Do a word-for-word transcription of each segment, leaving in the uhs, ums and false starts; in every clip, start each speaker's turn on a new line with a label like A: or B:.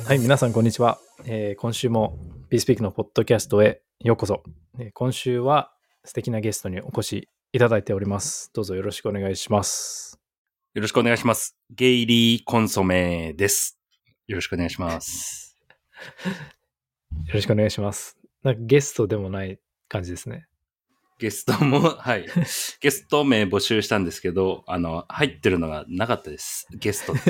A: はい、皆さんこんにちは。えー今週も BeSpeak のポッドキャストへようこそ。えー今週は素敵なゲストにお越しいただいております。どうぞよろしくお願いします。
B: よろしくお願いします。ゲイリーコンソメです。よろしくお願いします。
A: よろしくお願いします。なんかゲストでもない感じですね。
B: ゲストも、はい。ゲスト名募集したんですけど、あの、入ってるのがなかったです。ゲストって。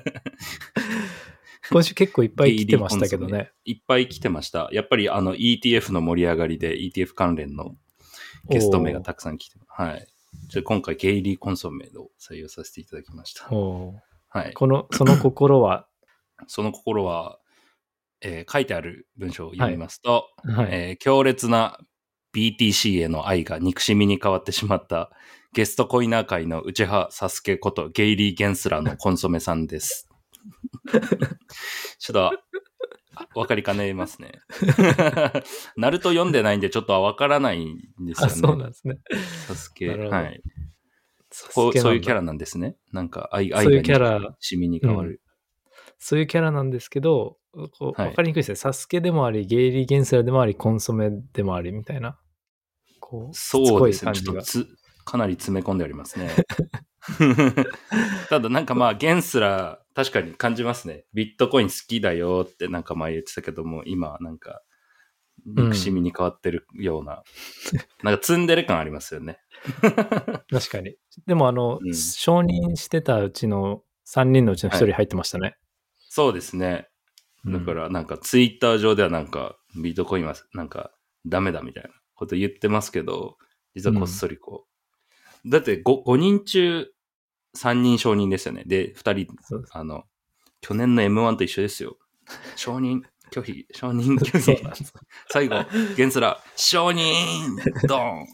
A: 今週結構いっぱ
B: ゲイ
A: い来てまし
B: リーコンソメ。
A: たけどね。
B: いっぱい来てました。やっぱりあの イーティーエフ の盛り上がりで イーティーエフ 関連のゲスト名がたくさん来てます。はい。じゃあ今回ゲイリーコンソメを採用させていただきました。
A: お
B: はい。
A: この、その心は、
B: その心は、えー書いてある文章を読みますと、
A: はい。
B: えー強烈な ビーティーシー への愛が憎しみに変わってしまったゲストコイナー界の内派サスケことゲイリー・ゲンスラーのコンソメさんです。ちょっと、わかりかねますね。ナルト読んでないんでちょっとわからないんですよ
A: あ、
B: ね。
A: そうなんですね。
B: サスケ。
A: なるほど
B: はい。
A: サ
B: こう
A: スケなんだ
B: そういうキャラなんですね。なんか愛、愛
A: そうい
B: が
A: うキャラ
B: 憎しみに変わる。
A: そういうキャラなんですけど、こう
B: はい
A: わかりにくいですね。サスケでもあり、ゲイリー・ゲンスラーでもあり、コンソメでもありみたいな。こう、しつこ
B: そうですね。
A: い感じが。
B: ちょっとつ、かなり詰め込んでありますね。ただなんかまあ、ゲンスラー、確かに感じますね。ビットコイン好きだよってなんか前言ってたけども、今なんか、憎しみに変わってるような、なんか積んでる感ありますよね。
A: 確かに。でもあの、
B: うん
A: 承認してたうちのさんにんのうちのひとり入ってましたね。
B: そうですね。だからなんかツイッター上ではなんか、ビットコインはなんかダメだみたいなこと言ってますけど、実はこっそりこう。だって 5, 5人中さんにん承認ですよね。で、ふたり、
A: そうです。
B: あの、去年の エムワン と一緒ですよ。承認、拒否、承認、拒否
A: そうなん。です。
B: 最後、ゲンスラ、承認ドーン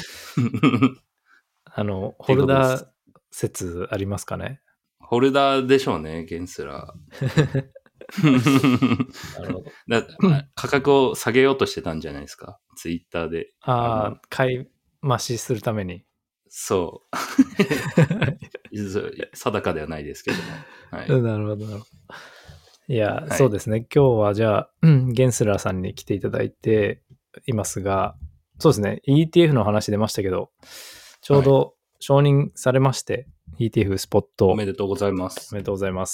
A: あの、
B: っていうことで
A: ホルダー
B: す。
A: 説ありますかね。
B: ホルダーでしょうね、ゲンスラ。
A: なるほど。
B: だ価格を下げようとしてたんじゃないですか。ツイッターで。
A: ああ、買い増しするために。
B: そう。定かではないですけども。はい。
A: なるほど、なるほど。いや、
B: はい、
A: そうですね。今日はじゃあ、うん、ゲンスラーさんに来ていただいていますが、そうですね。イーティーエフ の話出ましたけど、ちょうど承認されまして、はい、イーティーエフ スポット。
B: おめでとうございます。
A: おめでとうございます。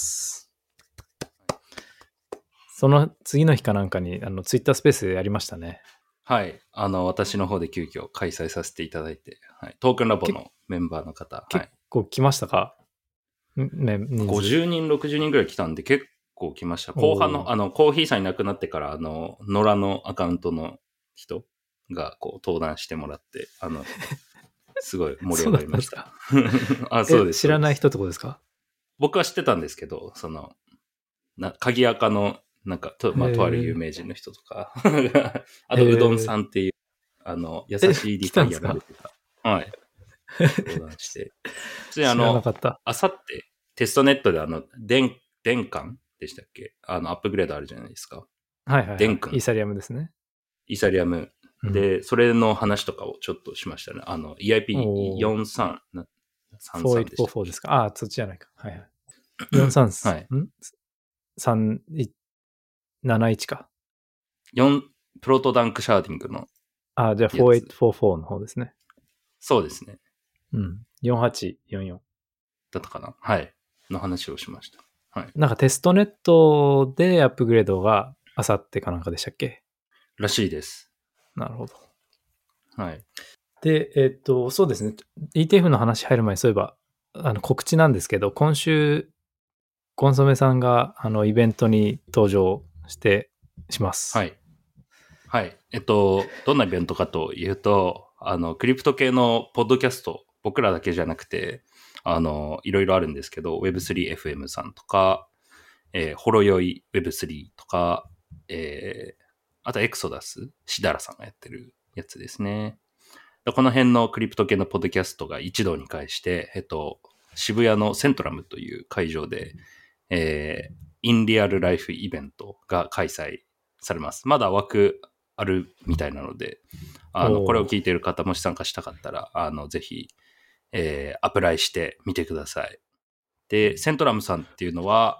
A: その次の日かなんかに、あの、ツイッタースペースでやりましたね。
B: はい。あの、私の方で急遽開催させていただいて、はい、トークンラボのメンバーの方、
A: 結構来ましたか、
B: ね、ごじゅうにん、ろくじゅうにんぐらい来たんで結構来ました。後半の、あの、コーヒーさんいなくなってから、あの、野良のアカウントの人がこう登壇してもらって、あの、すごい盛り上がりました。あ、そうです。
A: 知らない人ってことですか？
B: 僕は知ってたんですけど、その、な、鍵垢の、なんか、と、まあ、とある有名人の人とか、あと、うどんさんっていう、あの、優しいリファイアが出てた。はい。登壇して。
A: 知らなかった。
B: あさってテストネットであの、電、電管でしたっけ？あの、アップグレードあるじゃないですか。
A: はいはい、はい。
B: 電管。
A: イーサリアムですね。
B: イーサリアム。で、うん、それの話とかをちょっとしましたね。あの、イーアイピーよんじゅうさん、さんじゅうさんでしたっけ？
A: よんひゃくよんじゅうよんですか？ああ、そっちじゃないか。はいはい。よんじゅうさん、
B: はい。
A: ん ?さんなないちか。
B: よん、プロトダンクシャーディングの。
A: ああ、じゃあよんはちよんよんの方ですね。
B: そうですね。
A: うん。よんはちよんよん。
B: だったかな？はい。の話をしました。はい。
A: なんかテストネットでアップグレードがあさってかなんかでしたっけ？
B: らしいです。
A: なるほど。
B: はい。
A: で、えっと、そうですね。イーティーエフ の話入る前にそういえば、あの告知なんですけど、今週、コンソメさんがあのイベントに登場してします。
B: はい。はい。えっと、どんなイベントかというと、あの、クリプト系のポッドキャスト、僕らだけじゃなくて、あの、いろいろあるんですけど、ウェブスリーエフエム さんとか、えー、ほろよい ウェブスリー とか、えー、あとエクソダス、シダラさんがやってるやつですね。この辺のクリプト系のポッドキャストが一堂に会して、えっと、渋谷のセントラムという会場で、えー、インリアルライフイベントが開催されます。まだ枠あるみたいなので、あの、これを聞いている方もし参加したかったら、あの、ぜひ、えー、アプライしてみてください。で、セントラムさんっていうのは、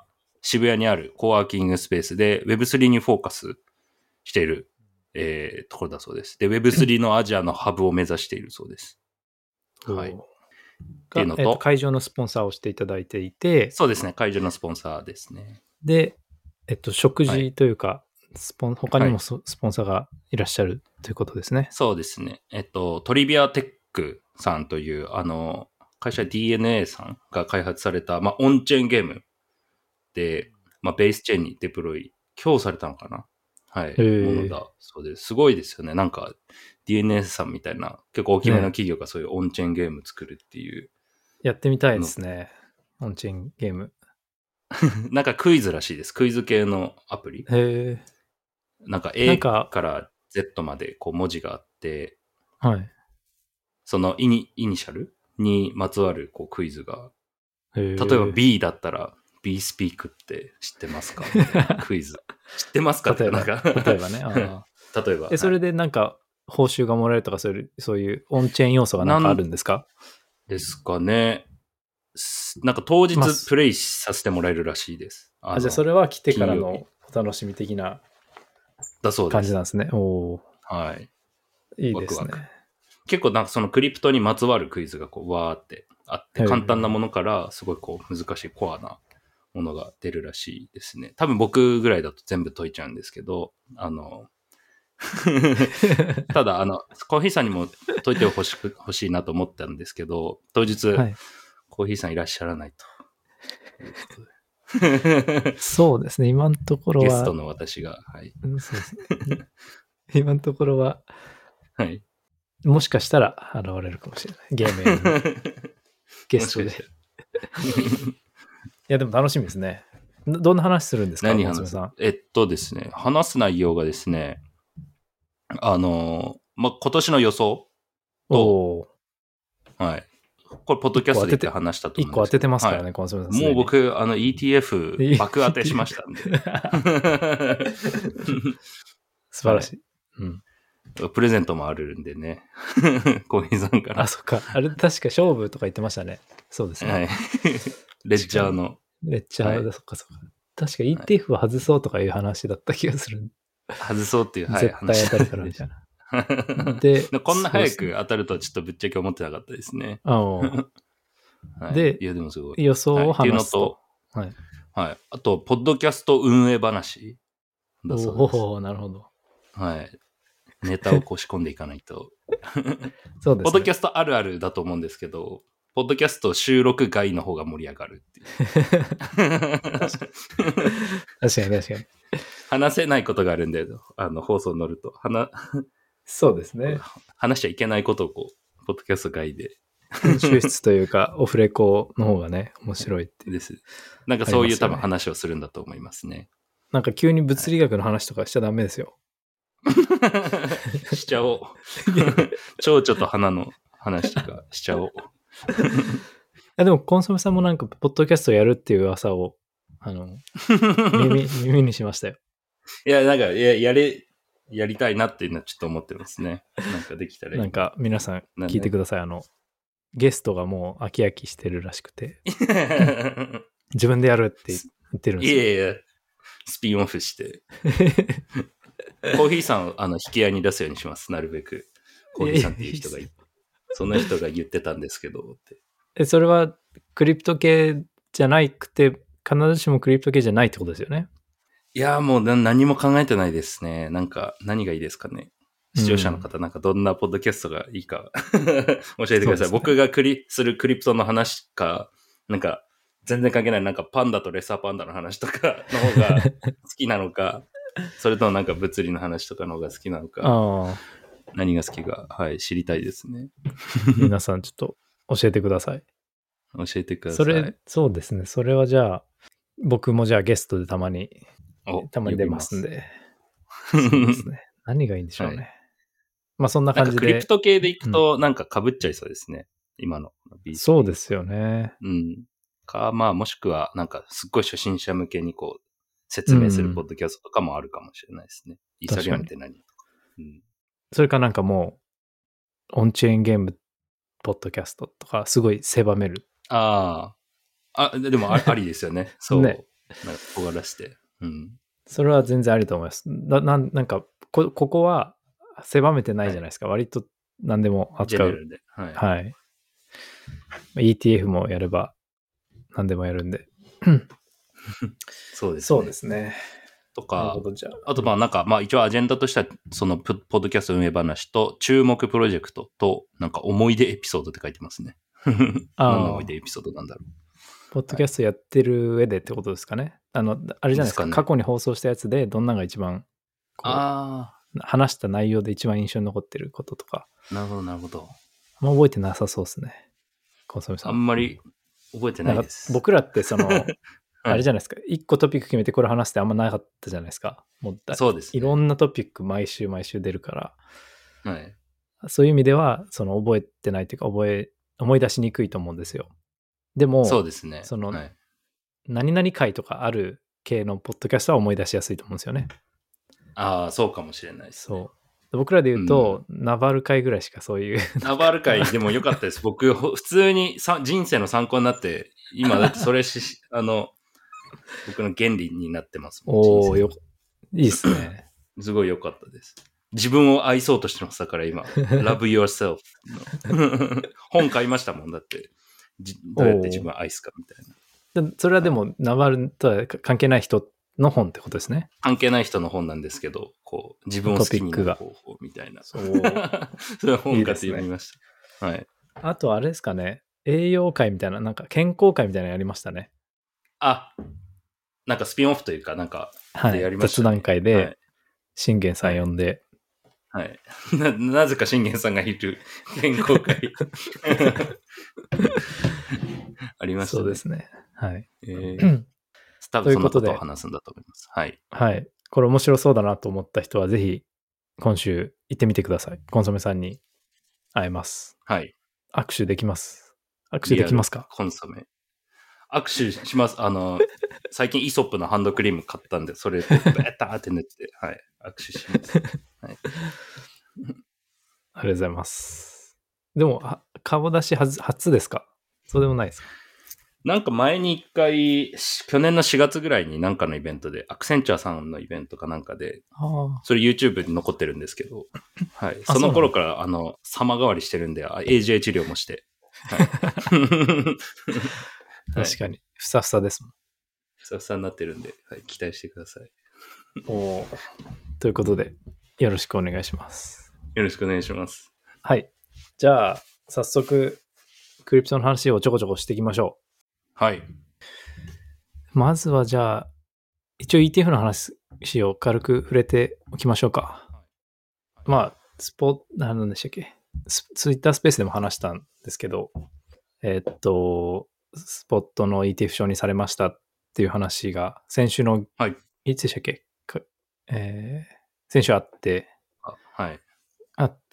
B: 渋谷にあるコワーキングスペースで ウェブスリー にフォーカスしている、えー、ところだそうです。で、ウェブスリー のアジアのハブを目指しているそうです。はい。っていうのと、
A: えーと、会場のスポンサーをしていただいていて、
B: そうですね、会場のスポンサーですね。
A: で、えっと、食事というか、はい、スポン他にもスポンサーがいらっしゃるということですね。
B: そうですね。えっと、トリビアテックさんという、あの、会社 ディーエヌエー さんが開発された、まあ、オンチェーンゲームで、まあ、ベースチェーンにデプロイ、今日されたのかなはい。ものだそうです。すごいですよね。なんか ディーエヌエー さんみたいな結構大きめの企業がそういうオンチェーンゲーム作るっていう。ね、
A: やってみたいですね。オンチェーンゲーム。
B: なんかクイズらしいです。クイズ系のアプリ。
A: へえ。
B: なんか A から Z までこう文字があって、
A: はい。
B: そのイニ、イニシャルにまつわるこうクイズが、
A: 例え
B: ば B だったら B スピークって知ってますかクイズ。知ってますかってなんか
A: 例えばね。あ
B: 例えば。
A: え、それでなんか報酬がもらえるとかそういう、そういうオンチェーン要素がなんかあるんですか
B: ですかね。なんか当日プレイさせてもらえるらしいです。
A: まあ、あじゃあそれは来てからのお楽しみ的な感じなんですね。お
B: はい。
A: いいですね。
B: ワクワク結構なんかそのクリプトにまつわるクイズがこうわーってあって、簡単なものからすごいこう難しいコアなものが出るらしいですね。多分僕ぐらいだと全部解いちゃうんですけど、あの、ただあの、コーヒーさんにも解いてほしく、欲しいなと思ったんですけど、当日、はい、コーヒーさんいらっしゃらないと。
A: そうですね、今のところは。
B: ゲストの私が、はい。
A: そうですね、今のところは、
B: はい。
A: もしかしたら現れるかもしれない。ゲームやるゲストで。いや、でも楽しみですね。どんな話するんですか、
B: 何話すえっとですね、話す内容がですね、あの、ま、今年の予想と、はい。これ、ポッドキャストで言って話したと思うんですけど。
A: いっこ当ててますからね、コンソメさん。
B: もう僕、あの、イーティーエフ 爆当てしましたんで。
A: 素晴らしい。うん。
B: プレゼントもあるんでね。コーヒーさんから。
A: あ、そっか。あれ、確か勝負とか言ってましたね。そうですね。
B: はい。レッジャーの。
A: レッジャーで、はい、そっかそっか。確か イーティーエフ は外そうとかいう話だった気がする。
B: 外そうっていう、はい、
A: 絶対当たるからみたいな。で、
B: こんな早く当たるとはちょっとぶっちゃけ思ってなかったですね。
A: あ
B: はい、
A: で、
B: いやでもすごい
A: 予想を話すと。
B: はい。はい。あと、ポッドキャスト運営話だそうです。
A: おお、なるほど。
B: はい。ネタをこう仕込んでいかないと。
A: そうですね。
B: ポッドキャストあるあるだと思うんですけど、ポッドキャスト収録外の方が盛り上がるっていう。
A: 確かに確かに。
B: 話せないことがあるんで、あの、放送に乗ると。話、
A: そうですね。
B: 話しちゃいけないことをこう、ポッドキャスト外で。
A: 編集室というか、オフレコの方がね、面白いって
B: です。なんかそういう多分話をするんだと思いますね。
A: なんか急に物理学の話とかしちゃダメですよ。
B: しちゃおう。蝶々と花の話とかしちゃおう。
A: でも、コンソメさんもなんか、ポッドキャストやるっていう噂を、あの、耳、耳にしましたよ。
B: いや、なんか、や、やれ、やりたいなっていうのはちょっと思ってますね。なんかできたらいい。
A: なんか、皆さん聞いてください。あの、ゲストがもう飽き飽きしてるらしくて。自分でやるって言ってるんですよ。
B: いやいや、スピンオフして。コーヒーさんをあの引き合いに出すようにします。なるべく。コーヒーさんっていう人がいい。その人が言ってたんですけどって。
A: え、それはクリプト系じゃなくて、必ずしもクリプト系じゃないってことですよね。
B: いや、もう何も考えてないですね。なんか、何がいいですかね。視聴者の方、なんかどんなポッドキャストがいいか教えてください。ね、僕がクリするクリプトの話か、なんか全然関係ない、なんかパンダとレッサーパンダの話とかの方が好きなのか、それともなんか物理の話とかの方が好きなのか、何が好きか、はい、知りたいですね。
A: 皆さんちょっと教えてください。
B: 教えてください。
A: それ、そうですね。それはじゃあ、僕もじゃあゲストでたまに、たまに出ますんで。そうですね。何がいいんでしょうね。はい、まあそんな感じで。
B: クリプト系でいくとなんか被っちゃいそうですね。うん、今の ビースピー。
A: そうですよね。
B: うん。か、まあもしくはなんかすっごい初心者向けにこう説明するポッドキャストとかもあるかもしれないですね。イーサリアムって何とか。うん、
A: それかなんかもう、オンチェーンゲームポッドキャストとかすごい狭める。
B: ああ。あ、でもありですよね。そう。ね、 なんか尖らせて。うん。
A: それは全然ありと思います。な、なんなんかこ、ここは狭めてないじゃないですか。はい、割と何でも扱う。
B: ジェネラルで。はい。
A: はい。イーティーエフ もやれば何でもやるんで。
B: そうですね。
A: そうですね。
B: とか、
A: あ,
B: あとまあなんか、まあ一応アジェンダとしては、そのポッドキャスト運営話と注目プロジェクトと、なんか思い出エピソードって書いてますね。何の思い出エピソードなんだろう。
A: ポッドキャストやってる上でってことですかね。はい、あの、あれじゃないですか。ですかね、過去に放送したやつでどんなのが一番こうあ話した内容で一番印象に残ってることとか。
B: なるほど、なるほど。
A: あんま覚えてなさそうですね。コンソメさん。
B: あんまり覚えてないです。
A: 僕らってその、はい、あれじゃないですか。一個トピック決めてこれ話すってあんまなかったじゃないですか。もうだ
B: そうですね。
A: いろんなトピック毎週毎週出るから。
B: はい。
A: そういう意味では、その覚えてないというか、覚え、思い出しにくいと思うんですよ。でも、
B: そうですね。
A: その、
B: はい、
A: 何々回とかある系のポッドキャストは思い出しやすいと思うんですよね。
B: ああ、そうかもしれないですね。
A: そう。僕らで言うと、うん、ナバル会ぐらいしかそういう。
B: ナバル会でもよかったです。僕、普通にさ人生の参考になって、今だってそれし、あの、僕の原理になってますもん。
A: おお、よ、いいっすね。
B: すごい良かったです。自分を愛そうとしてますだから今。Love yourself の本買いましたもん。だって、どうやって自分を愛すかみたい
A: な。それはでも、はい、ナバルとは関係ない人の本ってことですね。
B: 関係ない人の本なんですけど、こう、自分を好きになる方法みたいな。そう。それ本買って読みました。いいね、はい。
A: あとあれですかね。栄養会みたいな、なんか健康会みたいなのやりましたね。
B: あ、なんかスピンオフというか、なんか、でやりましたね。
A: はい、雑談会で、信玄さん呼んで。
B: はい。はい、な, なぜか信玄さんがいる健康会。ありましたね。
A: そうですね。はい。
B: えー、多分そんなことを話すんだと思います。はい。
A: はい。これ面白そうだなと思った人は、ぜひ、今週行ってみてください。コンソメさんに会えます。
B: はい。
A: 握手できます。握手できますか？
B: コンソメ。握手します。あの、最近イソップのハンドクリーム買ったんで、それでベターって塗って、はい。握手します。はい。
A: ありがとうございます。でも、顔出し初ですか？そうでもないですか？
B: なんか前に一回、去年のしがつぐらいになんかのイベントで、アクセンチャーさんのイベントかなんかで、それ YouTube に残ってるんですけど、はい。その頃から、あの、様変わりしてるんで、エージェー 治療もして。はい、
A: 確かに、ふさふさですもん。
B: ふさふさになってるんで、はい、期待してください。
A: おということで、よろしくお願いします。
B: よろしくお願いします。
A: はい。じゃあ、早速、クリプトの話をちょこちょこしていきましょう。
B: はい。
A: まずはじゃあ、一応 イーティーエフ の話を軽く触れておきましょうか。まあ、スポ、何でしたっけ？ツイッタースペースでも話したんですけど、えー、っと、スポットの イーティーエフ 承認されましたっていう話が、先週の、
B: はい。
A: いつでしたっけ？えー、先週あって、
B: あ、はい。
A: あって、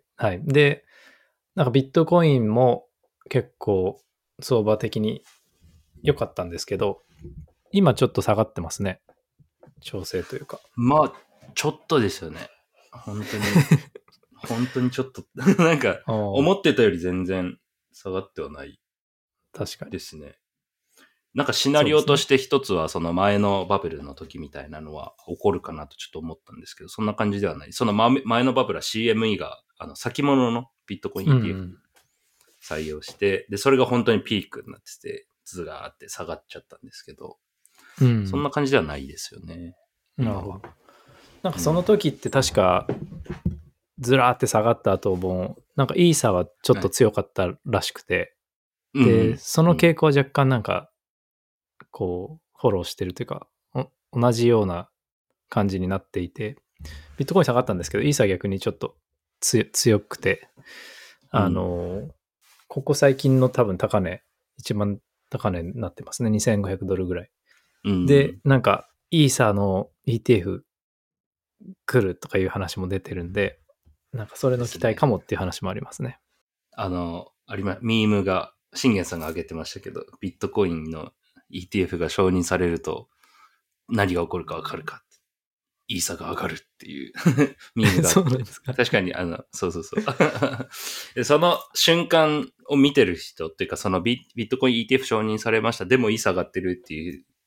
A: はい。で、なんかビットコインも結構相場的に良かったんですけど、今ちょっと下がってますね。調整というか。
B: まあ、ちょっとですよね。本当に。本当にちょっと、なんか、思ってたより全然下がってはない。
A: 確かに。
B: ですね。なんかシナリオとして一つはその前のバブルの時みたいなのは起こるかなとちょっと思ったんですけど、そんな感じではない。その前のバブルは シーエムイー があの先物のビットコイン イーティーエフ 採用して、うん、で、それが本当にピークになってて、ズがあって下がっちゃったんですけど、うん、そんな感じではないですよね。
A: なるほど。なんかその時って確か、ずらーって下がった後も、なんかイーサはちょっと強かったらしくて、はい、で、うん、その傾向は若干なんか、こう、フォローしてるというか、同じような感じになっていて、ビットコイン下がったんですけど、イーサは逆にちょっと強くて、あの、うん、ここ最近の多分高値、一番高値になってますね。にせんごひゃくドルぐらい。うん、で、なんか、イーサの イーティーエフ 来るとかいう話も出てるんで、なんかそれの期待かもっていう話もありますね。すね
B: あの、ありま、ミームが、信玄さんが挙げてましたけど、ビットコインの イーティーエフ が承認されると、何が起こるか分かるか。イーサが上がるっていうミームがあって。
A: そうなんですか。
B: 確かに、あの、そうそうそうその瞬間を見てる人っていうか、そのビットコイン イーティーエフ 承認されました。でもイーサ上がってるっていう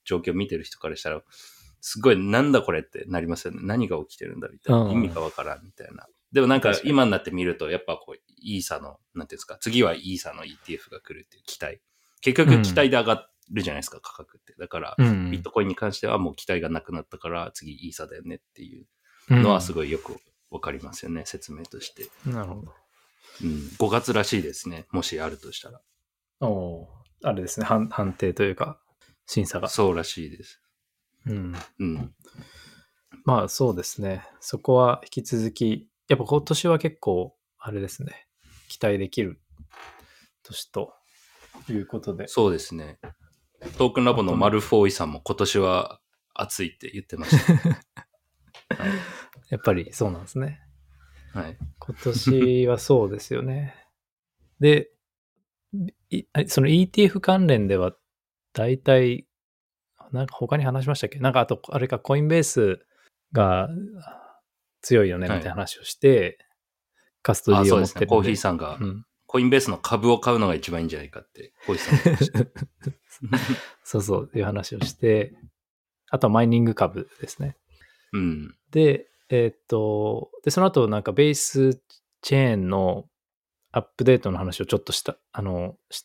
B: 状況を見てる人からしたら、すごいなんだこれってなりますよね。何が起きてるんだみたいな。意味がわからんみたいな。でもなんか今になってみると、やっぱこう、イーサの、なんていうんですか、次はイーサの イーティーエフ が来るっていう期待。結局期待で上がるじゃないですか、うん、価格って。だから、ビットコインに関してはもう期待がなくなったから、次イーサだよねっていうのはすごいよくわかりますよね、説明として。
A: なるほど。
B: うん、ごがつらしいですね。もしあるとしたら。
A: おお、あれですね、判、判定というか、審査が。
B: そうらしいです。
A: うん。
B: うん。ま
A: あそうですね。そこは引き続き、やっぱ今年は結構、あれですね、期待できる年ということで。
B: そうですね。トークンラボのマルフォーイさんも今年は暑いって言ってました。
A: はい、やっぱりそうなんですね。
B: はい。
A: 今年はそうですよね。で、その イーティーエフ 関連では、大体、なんか他に話しましたっけ？なんかあと、あれか、コインベースが強いよねみたいな話をして、はい、カストディを持ってるんで。あ、そうですね。
B: コーヒーさんが、うん、コインベースの株を買うのが一番いいんじゃないかって、コーヒーさん言ってました。
A: そうそう、いう話をして、あとはマイニング株ですね。
B: うん。
A: で、えー、っと、で、その後なんかベースチェーンのアップデートの話をちょっとした、あの、して、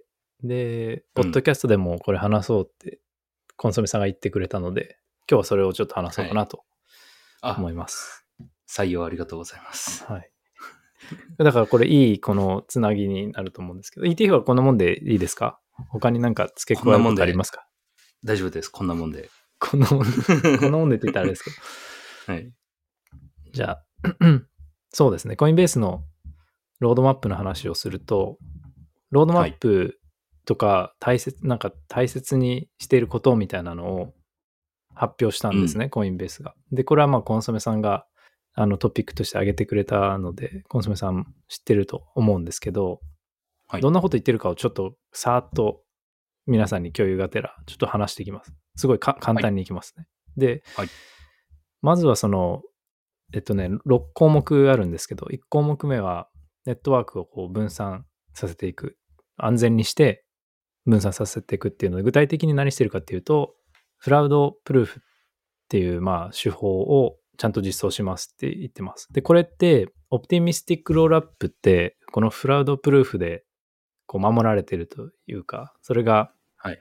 A: で、ポッドキャストでもこれ話そうって、コンソメさんが言ってくれたので、今日はそれをちょっと話そうかなと思います。
B: はい、採用ありがとうございます。
A: はい。だからこれいいこのつなぎになると思うんですけど、イーティーエフ はこんなもんでいいですか？他になんか付け加えることありますか？
B: 大丈夫です。こんなもんで。
A: こんなもんで。こんなもんでって言ったらあれですけど。
B: はい。
A: じゃあ、そうですね。コインベースのロードマップの話をすると、ロードマップとか大切、はい、なんか大切にしていることみたいなのを発表したんですね、うん、コインベースが。で、これはまあコンソメさんがあのトピックとして挙げてくれたので、コンソメさん知ってると思うんですけど、はい、どんなこと言ってるかをちょっとさーっと皆さんに共有がてらちょっと話していきます。すごいか簡単にいきますね。はい、で、はい、まずはその、えっとね、ろっこうもくあるんですけど、いっこうもくめはネットワークをこう分散させていく。安全にして分散させていくっていうので、具体的に何してるかっていうと、クラウドプルーフっていうまあ手法をちゃんと実装しますって言ってます。で、これって、オプティミスティックロールアップって、このクラウドプルーフでこう守られてるというか、それが、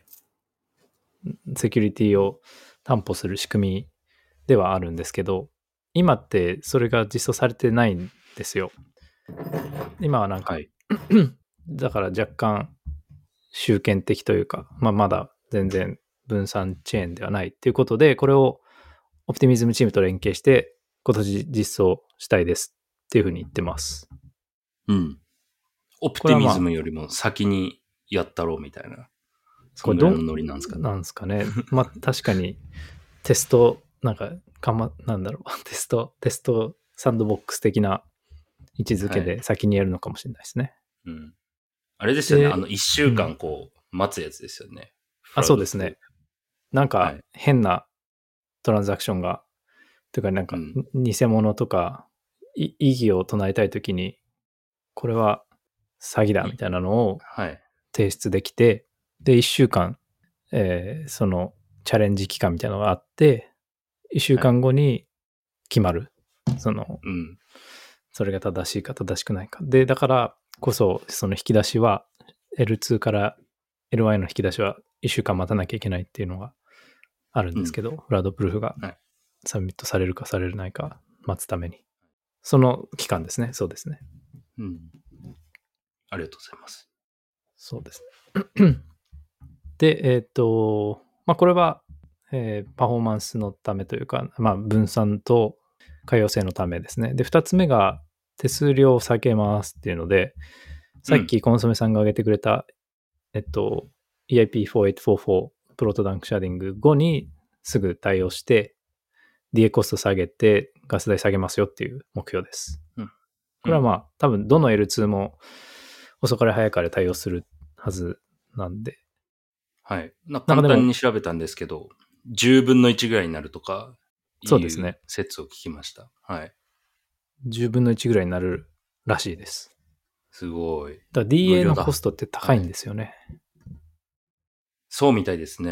A: セキュリティを担保する仕組みではあるんですけど、今ってそれが実装されてないんですよ。今はなんか、はい、だから若干集権的というか、まあ、まだ全然分散チェーンではないっていうことで、これをオプティミズムチームと連携して今年実装したいですっていうふうに言ってます。
B: うん。オプティミズムよりも先にやったろうみたいな。そのぐらいのノリなんですかね。
A: なんですかね。まあ確かにテスト、なんか、かま、なんだろう、テスト、テストサンドボックス的な位置づけで先にやるのかもしれないですね。
B: はい、うん。あれですよね。あの、一週間こう、待つやつですよね。
A: うん、あ、そうですね。なんか、変なトランザクションが、はい、というかなんか、偽物とか、意義を唱えたいときに、これは詐欺だみたいなのを提出できて、はい、で、一週間、えー、そのチャレンジ期間みたいなのがあって、一週間後に決まる。はい、その、
B: うん、
A: それが正しいか正しくないか。で、だからこそ、その引き出しは エルツー から エルワイ の引き出しは一週間待たなきゃいけないっていうのがあるんですけど、うん、クラウドプルーフがサミットされるかされないか待つために。その期間ですね。そうですね。
B: うん。ありがとうございます。
A: そうですね。で、えっと、まあ、これは、えー、パフォーマンスのためというか、まあ、分散と可用性のためですね。で、二つ目が手数料を下げますっていうので、さっきコンソメさんが挙げてくれた、うん、えっと、イーアイピーフォーエイトフォーフォー プロトダンクシャディング後にすぐ対応して、ディーエー コスト下げてガス代下げますよっていう目標です。うん、これはまあ、多分どの エルツー も遅かれ早かれ対応するはずなんで。
B: はい。な簡単に調べたんですけど、じゅうぶんのいちぐらいになるとか、
A: そうですね。
B: 説を聞きました。はい。
A: じゅうぶんのいちぐらいになるらしいです。
B: すごい。
A: だから ディーエー のコストって高いんですよね。
B: はい、そうみたいですね。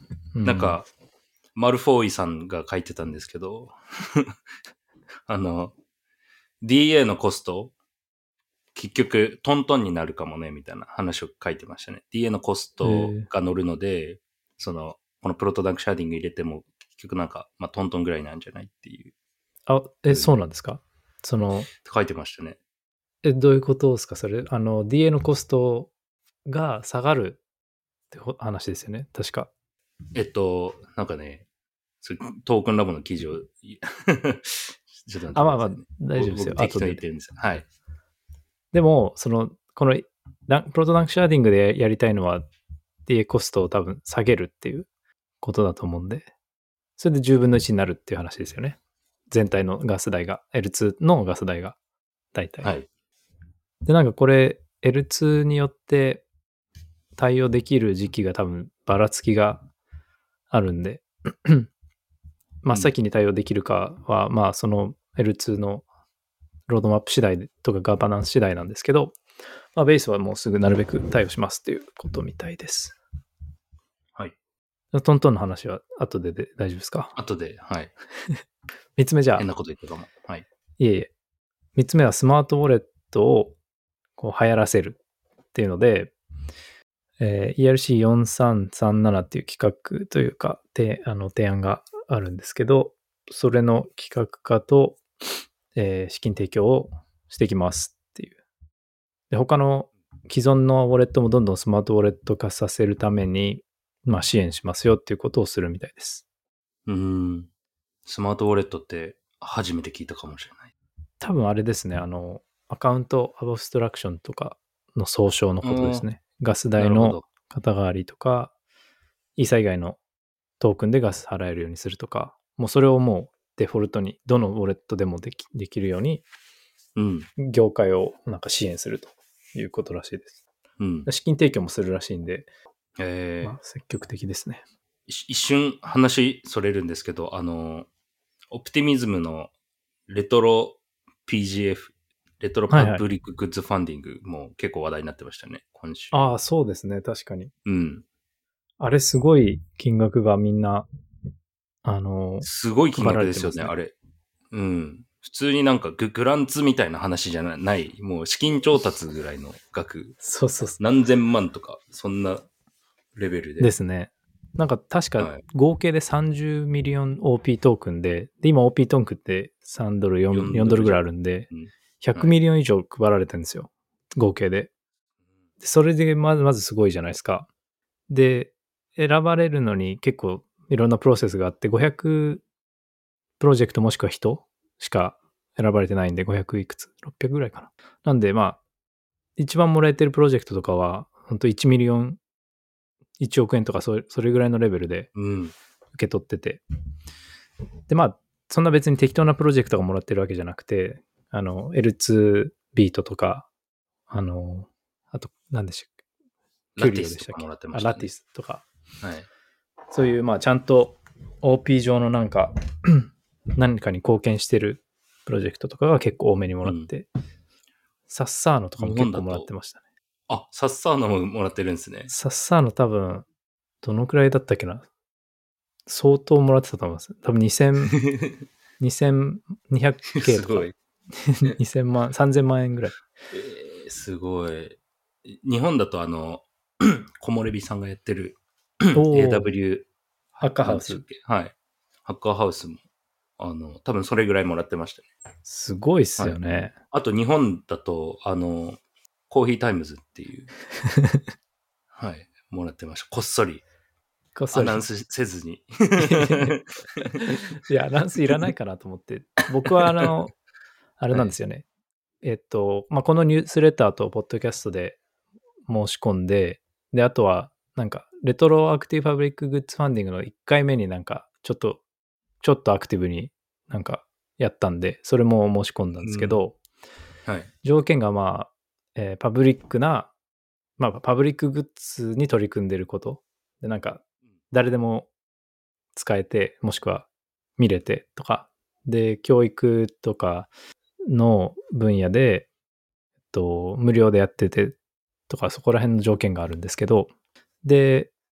A: う
B: なんか、マルフォーイさんが書いてたんですけど、あの、ディーエー のコスト、結局トントンになるかもね、みたいな話を書いてましたね。ディーエー のコストが乗るので、その、このプロトダンクシャーディング入れても、結局なんか、まあ、トントンぐらいなんじゃないっていう。
A: あ、え、そうなんですか？その、
B: 書いてましたね。
A: え、どういうことですかそれ？あの、ディーエー のコストが下がるって話ですよね、確か。
B: えっと、なんかね、トークンラボの記事を、ちょっと待ってください、ね。
A: あ、まあまあ、大丈夫ですよ。
B: 僕適当に言ってるんですよ。はい。
A: でも、その、この、プロトダンクシャーディングでやりたいのは、ディーエー コストを多分下げるっていうことだと思うんで、それでじゅうぶんのいちになるっていう話ですよね。全体のガス代が、エルツー のガス代が、大体。
B: はい。
A: で、なんかこれ、エルツー によって対応できる時期が多分ばらつきがあるんで、真っ先に対応できるかは、うん、まあその エルツー のロードマップ次第とかガバナンス次第なんですけど、まあベースはもうすぐなるべく対応しますっていうことみたいです。
B: はい。
A: トントンの話は後でで大丈夫ですか？
B: 後で、はい。
A: 三つ目じゃあ。
B: 変なこと言ったかも。はい。
A: いえいえ。三つ目はスマートウォレットをこう流行らせるっていうので、えー、イーアールシーよんさんさんなな っていう企画というか、てあの提案があるんですけど、それの企画化と、えー、資金提供をしていきますっていう。で、他の既存のウォレットもどんどんスマートウォレット化させるために、まあ支援しますよっていうことをするみたいです。
B: うーん。スマートウォレットって初めて聞いたかもしれない。
A: 多分あれですね、あの、アカウントアブストラクションとかの総称のことですね。ガス代の肩代わりとか、イーサ以外のトークンでガス払えるようにするとか、もうそれをもうデフォルトに、どのウォレットでもできできるように、
B: うん、
A: 業界をなんか支援するということらしいです。
B: うん、
A: 資金提供もするらしいんで、
B: えー
A: まあ、積極的ですね。
B: 一瞬話それるんですけど、あの、オプティミズムのレトロ ピージーエフ、レトロパブリックグッズファンディングも結構話題になってましたね、はいはい、今週。
A: ああ、そうですね、確かに。
B: うん。
A: あれすごい金額がみんな、あの、
B: すごい金額ですよね、あれ。うん。普通になんかググランツみたいな話じゃない、もう資金調達ぐらいの額。
A: そうそうそう。
B: 何千万とか、そんなレベルで。
A: ですね。なんか確か合計でさんじゅうミリオン オーピー トークンで、で、今 オーピー トークンってさんドル、よん, よんドルぐらいあるんで、ひゃくミリオン以上配られてるんですよ。合計で。でそれでまずまずすごいじゃないですか。で、選ばれるのに結構いろんなプロセスがあって、ごひゃくプロジェクトもしくは人しか選ばれてないんで、ごひゃくいくつ ?ろっぴゃく ぐらいかな。なんでまあ、一番もらえてるプロジェクトとかは、本当いちミリオン、いちおくえんとかそれ、それぐらいのレベルで受け取ってて、うん、でまあそんな別に適当なプロジェクトがもらってるわけじゃなくて、あの エルツー ビートとか、あのあと何でしたっけ、
B: ラティスとかもらってましたね。
A: あ、ラティスとか、
B: はい、
A: そういうまあちゃんと オーピー 上のなんか何かに貢献してるプロジェクトとかが結構多めにもらって、うん、サッサーノとかも結構もらってましたね。
B: あ、サッサーノももらってるんですね。
A: サッサーノ多分どのくらいだったっけな、相当もらってたと思います。多分にせん、にせんにひゃくケー とか。すごい。にせんまん、さんぜんまん円ぐらい。
B: えー、すごい。日本だとあの、木漏れ日さんがやってる エーダブリュー
A: ハッカーハウス。
B: はい。ハッカーハウスも、あの、多分それぐらいもらってましたね。
A: すごいっすよね。はい、
B: あと日本だと、あの、コーヒータイムズっていう、はい、もらってました。こっそり。こっそり。アナウンスせずに。
A: いや、アナウンスいらないかなと思って。僕はあの、あれなんですよね。はい、えっと、まあ、このニュースレターとポッドキャストで申し込んで、で、あとは、なんか、レトロアクティブパブリックグッズファンディングのいっかいめになんか、ちょっと、ちょっとアクティブになんかやったんで、それも申し込んだんですけど、
B: うん、はい、
A: 条件がまあ、えー、パブリックな、まあ、パブリックグッズに取り組んでること。で、なんか、誰でも使えて、もしくは見れてとか、で、教育とかの分野で、えっと、無料でやっててとか、そこら辺の条件があるんですけど、で、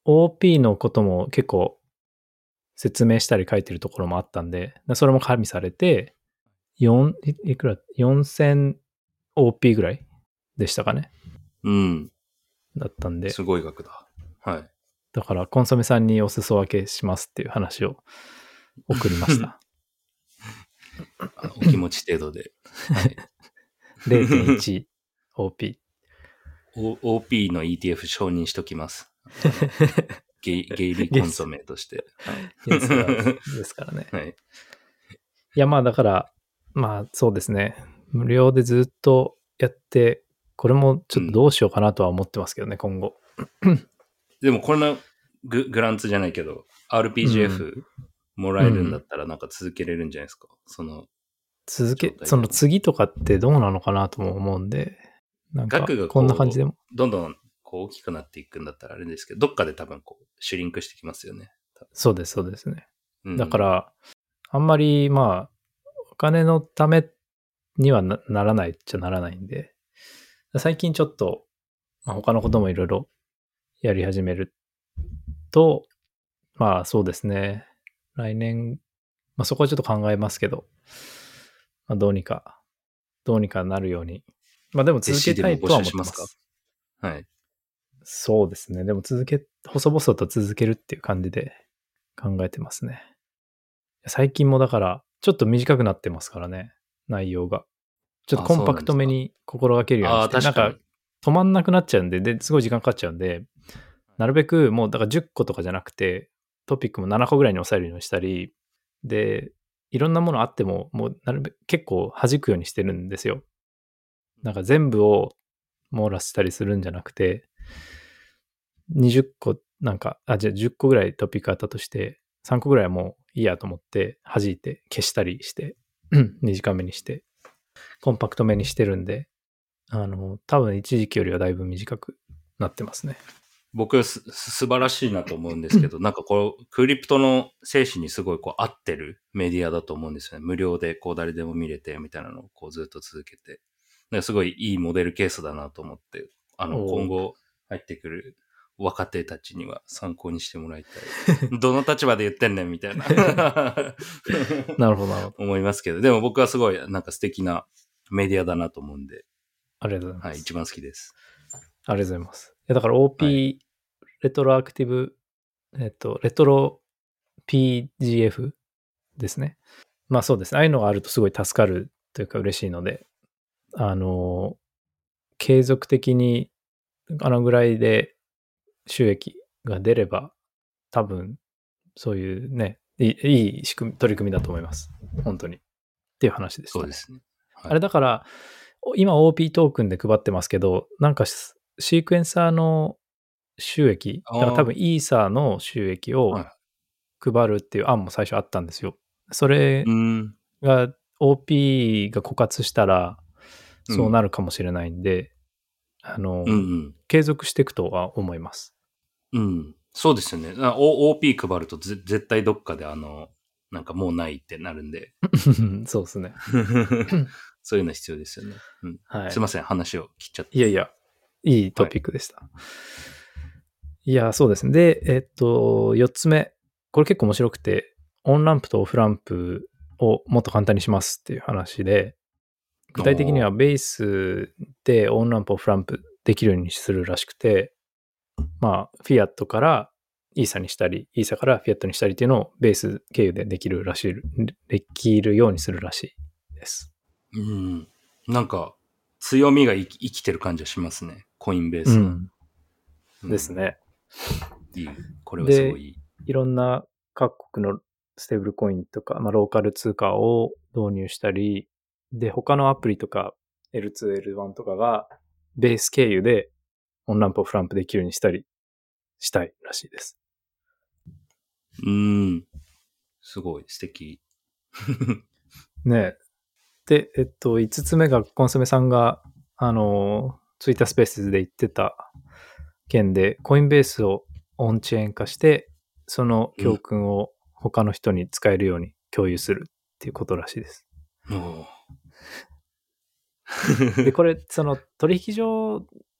A: オーピー のことも結構説明したり書いてるところもあったんで、それも加味されて、よん、いいくら ?よんせんオーピー ぐらいでしたかね。
B: うん。
A: だったんで。
B: すごい額だ。はい。
A: だから、コンソメさんにお裾分けしますっていう話を送りました。
B: あのお気持ち程度で。はい、
A: れいてんいちオーピ
B: ー。オーピー の イーティーエフ 承認しときます。ゲイ、ゲイリーコンソメとして。はい。
A: ですからね。
B: はい。
A: いや、まあだから、まあそうですね。無料でずっとやって、これもちょっとどうしようかなとは思ってますけどね、うん、今後。
B: でもこんなググランツじゃないけど、アールピージーエフ もらえるんだったらなんか続けれるんじゃないですか。うん、その。
A: 続け、その次とかってどうなのかなとも思うんで、なんかこんな感じでも。
B: どんどんこう大きくなっていくんだったらあれですけど、どっかで多分こうシュリンクしてきますよね。
A: そうです、そうですね。うん、だから、あんまりまあ、お金のためには な, ならないっちゃならないんで、最近ちょっと、まあ、他のこともいろいろやり始めると、まあそうですね。来年、まあそこはちょっと考えますけど、まあどうにか、どうにかなるように。まあでも続けたいとは思ってます。
B: ますか？はい。
A: そうですね。でも続け、細々と続けるっていう感じで考えてますね。最近もだから、ちょっと短くなってますからね。内容が。ちょっとコンパクトめに心がけるようにして。あ、なんか止まんなくなっちゃうんで、で、すごい時間かかっちゃうんで、なるべくもうだからじゅっことかじゃなくて、トピックもななこぐらいに抑えるようにしたり、で、いろんなものあっても、もうなるべく結構弾くようにしてるんですよ。なんか全部を網羅したりするんじゃなくて、にじゅっこ、なんか、あ、じゃあじゅっこぐらいトピックあったとして、さんこぐらいはもういいやと思って弾いて消したりして、短めにして、コンパクトめにしてるんで、あの、多分一時期よりはだいぶ短くなってますね。
B: 僕す、素晴らしいなと思うんですけど、なんかこう、クリプトの精神にすごいこう合ってるメディアだと思うんですよね。無料でこう誰でも見れてみたいなのをこうずっと続けて。なんかすごいいいモデルケースだなと思って、あの、今後入ってくる若手たちには参考にしてもらいたい。どの立場で言ってんねんみたいな。
A: なるほど、なるほど。
B: 思いますけど、でも僕はすごいなんか素敵なメディアだなと思うんで。
A: ありがとうございます。
B: はい、一番好きです。
A: ありがとうございます。いやだから オーピー、はい、レトロアクティブ、えっと、レトロ ピージーエフ ですね。まあそうですね。ああいうのがあるとすごい助かるというか嬉しいので、あの、継続的にあのぐらいで収益が出れば、多分そういうね、いいいい仕組み、取り組みだと思います。本当に。っていう話でしたね。
B: そうですね。
A: はい、あれだから、今 オーピー トークンで配ってますけど、なんかシークエンサーの収益、だから多分イーサーの収益を配るっていう案も最初あったんですよ。それが オーピー が枯渇したらそうなるかもしれないんで、うん、あの、うんうん、継続していくとは思います。
B: うん。そうですよね。オーピー 配ると絶対どっかであの、なんかもうないってなるんで。
A: そうですね。
B: そういうの必要ですよね。うん。はい、すいません、話を切っちゃって。
A: いやいや、いいトピックでした。はい、いや、そうですね。で、えっと、よっつめ。これ結構面白くて、オンランプとオフランプをもっと簡単にしますっていう話で、具体的にはベースでオンランプ、オフランプできるようにするらしくて、まあ、フィアットからイーサにしたり、イーサからフィアットにしたりっていうのをベース経由でできるらしい、できるようにするらしいです。
B: うん。なんか、強みが生き生きてる感じがしますね。コインベースの。うん
A: うん、ですね。
B: いい。これはすごいいい。
A: いろんな各国のステーブルコインとか、まあ、ローカル通貨を導入したり、で、他のアプリとか エルツー、エルワン とかがベース経由でオンランプ、オフランプできるようにしたりしたいらしいです。
B: うーん。すごい素敵。
A: ねえ。で、えっと、いつつめがコンソメさんが、あの、ツイッタースペースで言ってた件で、コインベースをオンチェーン化して、その教訓を他の人に使えるように共有するっていうことらしいです。
B: うん、
A: で、これ、その取引所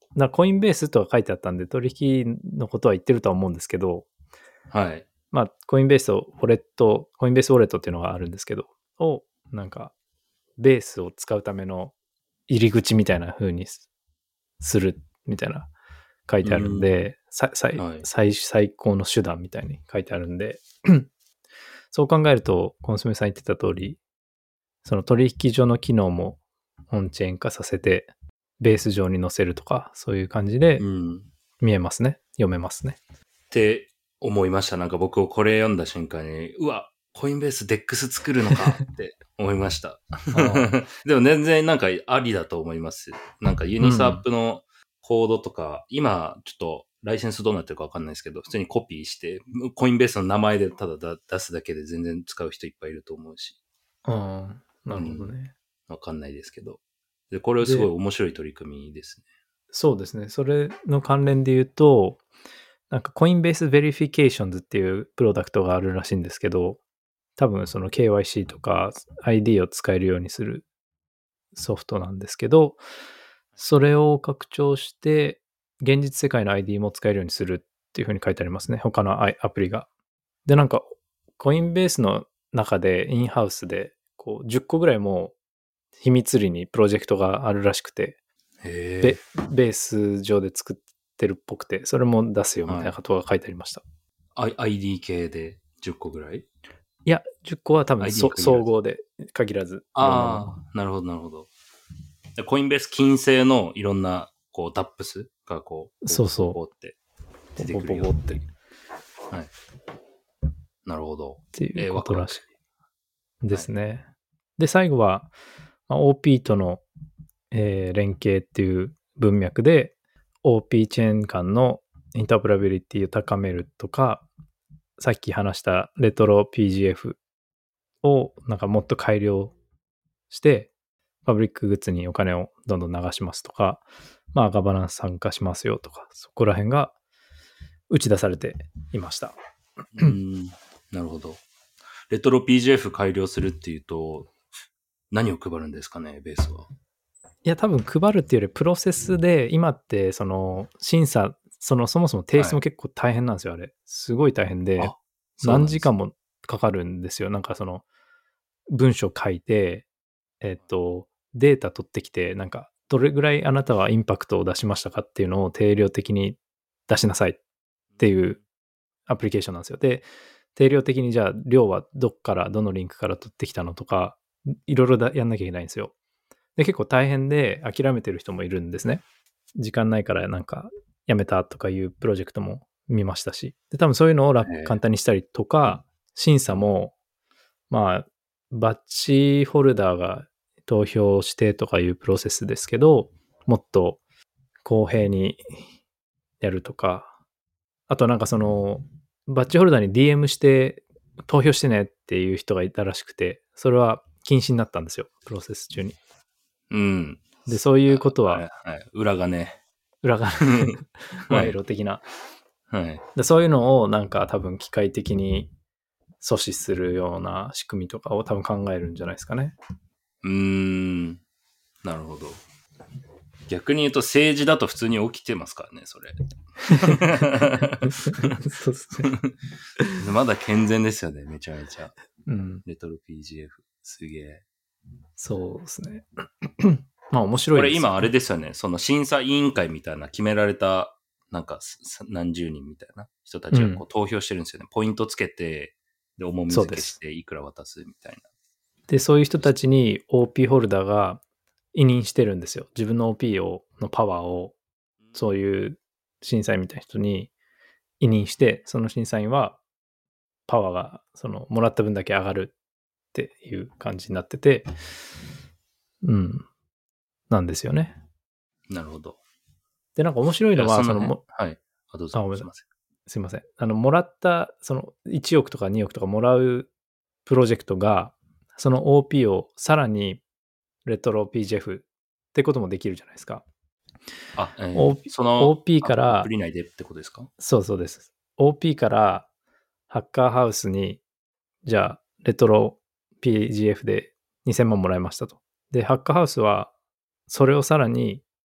A: なコインベースとは書いてあったんで、取引のことは言ってるとは思うんですけど、
B: はい。
A: まあ、コインベースとウォレット、コインベースウォレットっていうのがあるんですけど、を、なんか、ベースを使うための入り口みたいな風にするみたいな書いてあるんで、さ最
B: はい。
A: 最最高の手段みたいに書いてあるんで、そう考えると、コンソメさん言ってた通り、その取引所の機能もオンチェーン化させて、ベース上に載せるとか、そういう感じで
B: うん。
A: 見えますね。読めますね。
B: って思いました。なんか僕これ読んだ瞬間に、うわ、コインベースデックス作るのかって思いました。でも全然なんかありだと思います。なんかユニスワップのコードとか、うん、今ちょっとライセンスどうなってるかわかんないですけど、普通にコピーして、コインベースの名前でただ出すだけで全然使う人いっぱいいると思うし。
A: ああ、なるほどね。
B: わ、うん、かんないですけど。で、これはすごい面白い取り組みですね。
A: そうですね。それの関連で言うと、なんかコインベースベリフィケーションズっていうプロダクトがあるらしいんですけど、多分その ケーワイシー とか アイディー を使えるようにするソフトなんですけど、それを拡張して、現実世界の アイディー も使えるようにするっていうふうに書いてありますね。他のアプリが。で、なんか、コインベースの中でインハウスで、こう、じゅっこぐらいもう秘密裏にプロジェクトがあるらしくて、
B: へ
A: ベベース上で作ってるっぽくて、それも出すよみたいなことが書いてありました。
B: はい、アイディー 系でじゅっこぐらい？
A: いや、じゅっこは多分そ総合で限らず。
B: ああ、なるほど、なるほど。コインベース金製のいろんな、こう、ダップスがこう、
A: そうそう。
B: ボボって出てくるよっていう。はい。なるほど。
A: っていうことらしいですね。はい、で、最後は、まあ、オーピー との、えー、連携っていう文脈で、オーピー チェーン間のインタープラビリティを高めるとか、さっき話したレトロ ピージーエフ をなんかもっと改良して、パブリックグッズにお金をどんどん流しますとか、まあガバナンス参加しますよとか、そこら辺が打ち出されていました。
B: うん、なるほど。レトロ ピージーエフ 改良するっていうと、何を配るんですかね、ベースは。
A: いや、多分配るっていうよりプロセスで、今ってその審査、そのそもそも提出も結構大変なんですよ、はい、あれ。すごい大変で、何時間もかかるんですよ。なんかその文章書いて、えっと、データ取ってきて、なんかどれぐらいあなたはインパクトを出しましたかっていうのを定量的に出しなさいっていうアプリケーションなんですよ。で、定量的にじゃあ量はどっからどのリンクから取ってきたのとか、いろいろやんなきゃいけないんですよ。で、結構大変で諦めてる人もいるんですね。時間ないからなんかやめたとかいうプロジェクトも見ましたし。で、多分そういうのを簡単にしたりとか、審査も、まあ、バッジホルダーが投票してとかいうプロセスですけど、もっと公平にやるとか、あとなんかその、バッジホルダーに ディーエム して投票してねっていう人がいたらしくて、それは禁止になったんですよ、プロセス中に。
B: うん。
A: で、そういうことは、
B: はいはい、裏金。
A: 裏金。賄賂的な。
B: はい。
A: で、そういうのをなんか多分機械的に阻止するような仕組みとかを多分考えるんじゃないですかね。
B: うーん。なるほど。逆に言うと政治だと普通に起きてますからね、それ。そうですね。まだ健全ですよね、めちゃめちゃ。うん。レトロ ピージーエフ。すげえ。
A: そうですね。まあ面白いです
B: よね。これ今あれですよね、その審査委員会みたいな決められた、なんか何十人みたいな人たちがこう投票してるんですよね。うん、ポイントつけて、で、重み付けしていくら渡すみたいな。
A: で、そういう人たちに オーピー ホルダーが委任してるんですよ。自分の オーピー をのパワーを、そういう審査員みたいな人に委任して、その審査員はパワーがそのもらった分だけ上がるっていう感じになってて、うん、なんですよね。
B: なるほど。
A: で、なんか面白いのは、そのも、
B: はい。あ、どうぞ。すいません。
A: すいません。あの、もらった、そのいちおくとかにおくとかもらうプロジェクトが、その オーピー をさらにレトロ ピージーエフ ってこともできるじゃないですか。
B: あ、えー、オーピー、その
A: オーピー から、
B: アプリ内でってことですか？
A: そうそうです。オーピー からハッカーハウスに、じゃあ、レトロ ピージーエフ でにせんまんもらいましたと。で、ハッカーハウスは、それをさらに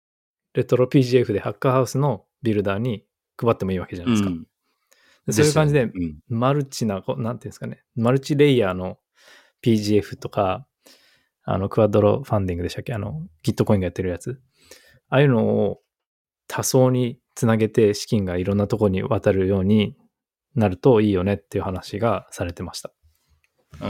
A: レトロ ピージーエフ でハッカーハウスのビルダーに配ってもいいわけじゃないですか。うん、でそういう感じで、マルチな、なんていうんですかね、マルチレイヤーの ピージーエフ とか、あの、クワドロファンディングでしたっけ、あの、Gitcoin がやってるやつ。ああいうのを多層につなげて資金がいろんなところに渡るようになるといいよねっていう話がされてました。
B: うん、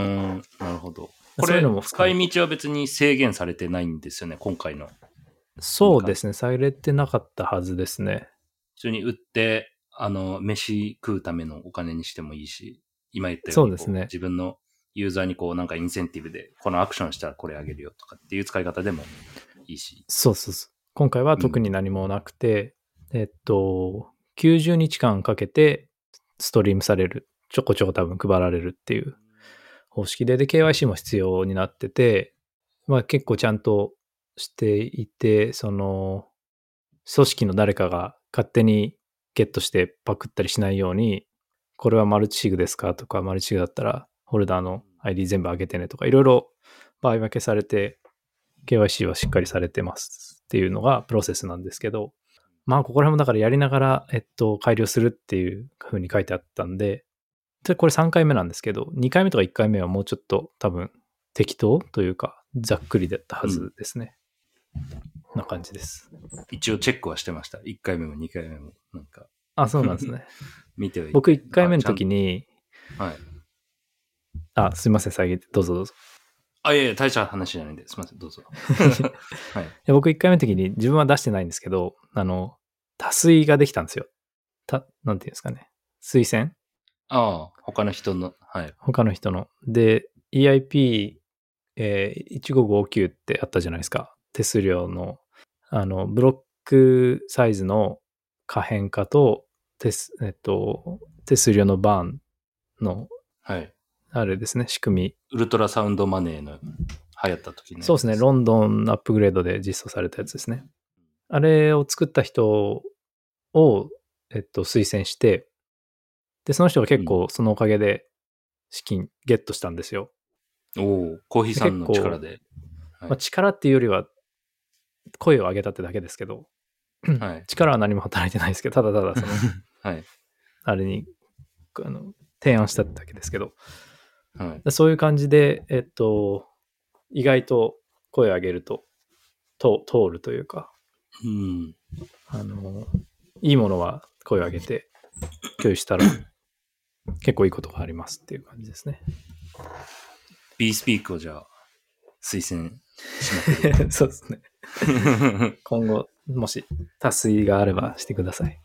B: なるほど。これ、使い道は別に制限されてないんですよね、今回の。
A: そうですね、されてなかったはずですね。
B: 普通に売って、あの、飯食うためのお金にしてもいいし、今言ったようにこう、そうですね、自分のユーザーにこう、なんかインセンティブで、このアクションしたらこれあげるよとかっていう使い方でもいいし。
A: そうそうそう。今回は特に何もなくて、うん、えっと、きゅうじゅうにちかんかけてストリームされる。ちょこちょこ多分配られるっていう方式で、で、ケーワイシー も必要になってて、まあ結構ちゃんとしていて、その、組織の誰かが勝手にゲットしてパクったりしないように、これはマルチシグですかとか、マルチシグだったらホルダーの アイディー 全部上げてねとか、いろいろ場合分けされて、ケーワイシー はしっかりされてますっていうのがプロセスなんですけど、まあここら辺もだからやりながら、えっと、改良するっていう風に書いてあったんで、でこれさんかいめなんですけど、にかいめとかいっかいめはもうちょっと多分適当というか、ざっくりだったはずですね。うん、な感じです。
B: 一応チェックはしてました。いっかいめもにかいめも。なんか。
A: あ、そうなんですね。
B: 見ておいて。
A: 僕いっかいめの時に、
B: はい。
A: あ、すいません、遮って、どうぞどうぞ。
B: あ、いやいや、大した話じゃないんで、すみません、どうぞ。
A: はい、いや僕いっかいめの時に自分は出してないんですけど、あの、多水ができたんですよ。た、なんていうんですかね。推薦
B: ああ、他の人の、はい。
A: 他の人の。で、イーアイピー、えー、いちごごきゅうってあったじゃないですか。手数料の、あの、ブロックサイズの可変化と、手す、えっと、手数料のバーンの、
B: はい。
A: あれですね、仕組み。
B: ウルトラサウンドマネーの流行った時の、
A: そうですね、ロンドンアップグレードで実装されたやつですね。あれを作った人を、えっと、推薦して、で、その人が結構そのおかげで資金ゲットしたんですよ。
B: うん、おお、コーヒーさんの力で。
A: はい、まあ、力っていうよりは、声を上げたってだけですけど、はい、力は何も働いてないですけど、ただただその、はい、あれにあの提案したってだけですけど、はい、そういう感じで、えっと、意外と声を上げると、と通るというか、うん、あの、いいものは声を上げて共有したら結構いいことがありますっていう感じですね。
B: B スピークをじゃあ推薦しまくる。
A: そうですね。今後、もし多水があればしてください。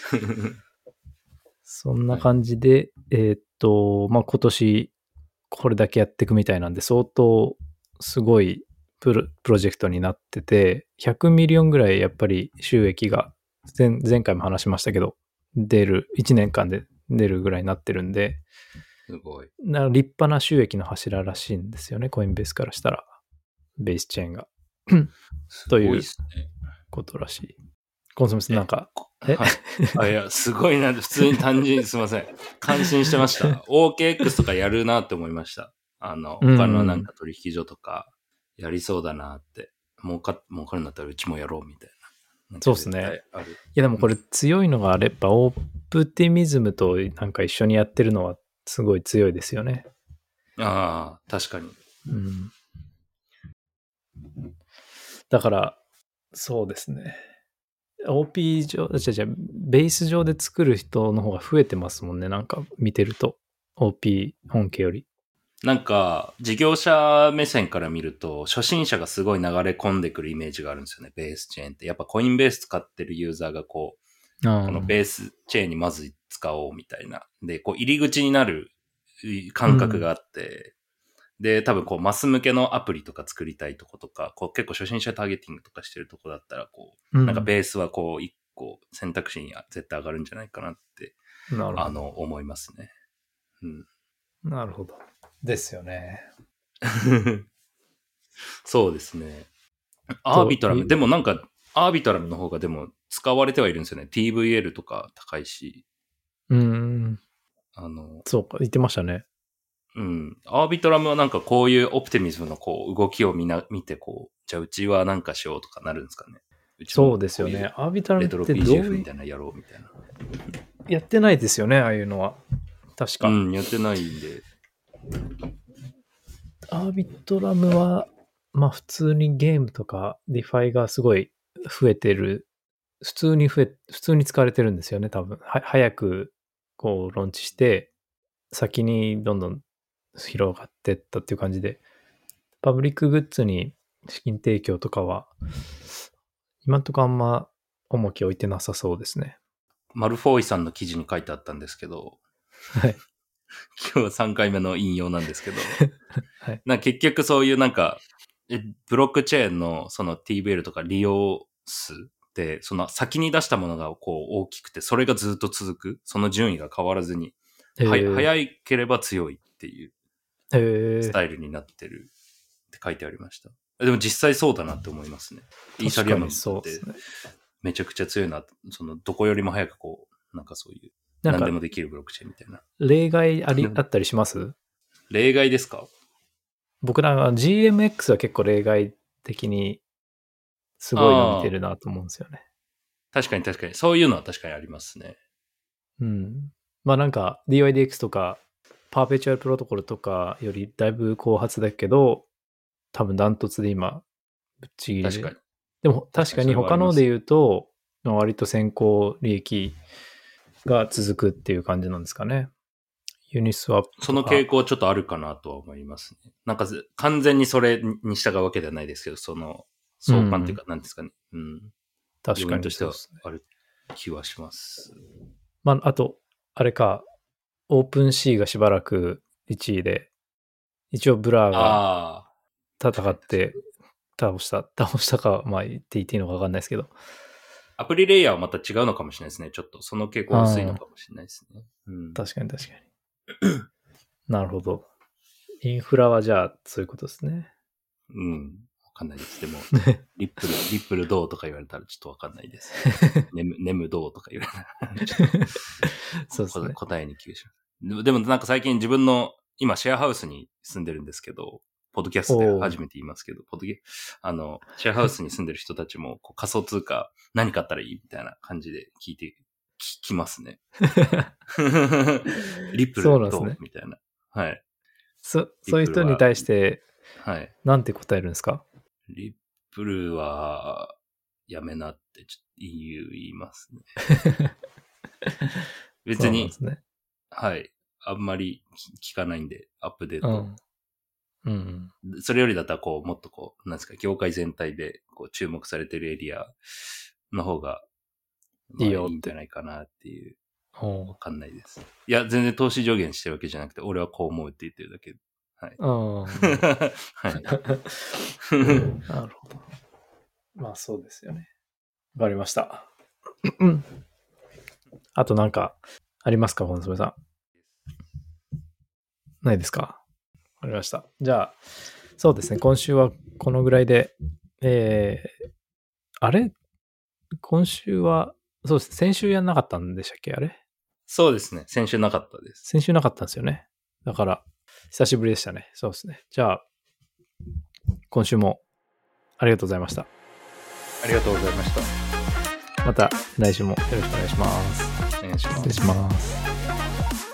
A: そんな感じで、はい、えー、っと、まあ、今年これだけやっていくみたいなんで、相当すごいプロ、プロジェクトになってて、ひゃくミリオンぐらいやっぱり収益が 前, 前回も話しましたけど、出る、いちねんかんで出るぐらいになってるんで、
B: すごい。
A: 立派な収益の柱らしいんですよね、コインベースからしたら。ベースチェーンが。ということらしい。コンソメスなんか。
B: え、はい、あ、いや、すごいな。普通に単純にすいません。感心してました。オーケーエックス とかやるなって思いました。あの、他のなんか取引所とかやりそうだなって。儲か、儲かるんだったらうちもやろうみたいな。
A: そうですね。いやでもこれ強いのがあれば、オプティミズムとなんか一緒にやってるのはすごい強いですよね。
B: ああ、確かに。
A: うん。だから、そうですね。オーピー 上、じゃじゃベース上で作る人の方が増えてますもんね。なんか見てると。オーピー 本家より。
B: なんか、事業者目線から見ると、初心者がすごい流れ込んでくるイメージがあるんですよね。ベースチェーンって。やっぱコインベース使ってるユーザーがこう、このベースチェーンにまず使おうみたいな。で、こう入り口になる感覚があって、うん、で、多分こうマス向けのアプリとか作りたいとことか、こう結構初心者ターゲティングとかしてるとこだったら、こう、うん、なんかベースはこう一個選択肢に絶対上がるんじゃないかなって、あの、思いますね。うん。
A: なるほど。ですよね。
B: そうですね。アービトラム、でもなんか、アービトラムの方がでも使われてはいるんですよね。ティーブイエル とか高いし。
A: うーん。
B: あの、
A: そうか、言ってましたね。
B: うん。アービトラムはなんかこういうオプティミズムのこう動きを見な、見てこう、じゃあうちはなんかしようとかなるんですかね。 うちも
A: そうですよね。アービトラム
B: レトロ
A: ってどう
B: ピージーエフ み
A: い
B: たいなやろうみたいな。
A: やってないですよね、ああいうのは。確か。
B: うん、やってないんで。
A: アービトラムは、まあ普通にゲームとか DeFi がすごい増えてる。普通に増え、普通に使われてるんですよね、多分。は早くこうローンチして、先にどんどん広がってったっていう感じで、パブリックグッズに資金提供とかは、今んとこあんま重きを置いてなさそうですね。
B: マルフォーイさんの記事に書いてあったんですけど、
A: はい。
B: 今日さんかいめの引用なんですけど、
A: はい、
B: なんか結局そういうなんか、ブロックチェーンのその ティービーエル とか利用数で、その先に出したものがこう大きくて、それがずっと続く、その順位が変わらずに、は早ければ強いっていうスタイルになってるって書いてありました。でも実際そうだなって思いますね。イーサリアムってめちゃくちゃ強いな。そのどこよりも早くこう、なんかそういう、何でもできるブロックチェーンみたいな。
A: 例外あり、あったりします？
B: 例外ですか？
A: 僕らが ジーエムエックス は結構例外的にすごい伸びてるなと思うんですよね。
B: 確かに確かに。そういうのは確かにありますね。
A: うん。まあなんか ディーワイディーエックス とかパーペチュアルプロトコルとかよりだいぶ後発だけど、多分ダントツで今ぶっちぎりで。
B: 確かに。
A: でも確かに他ので言うと、割と先行利益が続くっていう感じなんですかね。ユニスワップとか。
B: その傾向ちょっとあるかなとは思いますね。なんか完全にそれに従うわけではないですけど、その相関っていうか、何ですかね。うん。
A: 確かに
B: としてはある気はします。
A: まあ、あと、あれか、オープンシーがしばらくいちいで、一応ブラーが戦って倒した、倒したか、まあ言っていていいのか分かんないですけど。
B: アプリレイヤーはまた違うのかもしれないですね。ちょっとその傾向薄いのかもしれないですね。うん、
A: 確かに確かに。なるほど。インフラはじゃあそういうことですね。
B: うん。わかんないです。でも、リップル、リップルどうとか言われたらちょっとわかんないです。ネム、ネムどうとか言われたらそうですね。答えに窮します。でもなんか最近自分の、今シェアハウスに住んでるんですけど、ポッドキャストで初めて言いますけど、ポッドキャあの、シェアハウスに住んでる人たちもこう仮想通貨何買ったらいいみたいな感じで聞いてき、きますね。リップルどう、ね、みたいな。はい。
A: そ、そういう人に対して、
B: はい。
A: なんて答えるんですか？
B: リップルは、やめなってちょっと言いますね。別に、ね、はい。あんまり聞かないんで、アップデート。
A: うんうん
B: うん、それよりだったら、こう、もっとこう、なんですか、業界全体でこう注目されてるエリアの方が、まあ、いいよいいんじゃないかなっていう。わかんないです。いや、全然投資上限してるわけじゃなくて、俺はこう思うって言ってるだけ。はい。
A: はい。なるほど。まあそうですよね。わかりました。あとなんかありますか、本爪さん。ないですか？わかりました。じゃあ、そうですね。今週はこのぐらいで、えー、あれ今週は、そうですね。先週やんなかったんでしたっけ？あれ
B: そうですね。先週なかったです。
A: 先週なかったんですよね。だから、久しぶりでしたね。そうですね。じゃあ、今週もありがとうございました。
B: ありがとうございました。
A: また来週もよろしくお願いします。
B: お願いします。
A: 失礼します。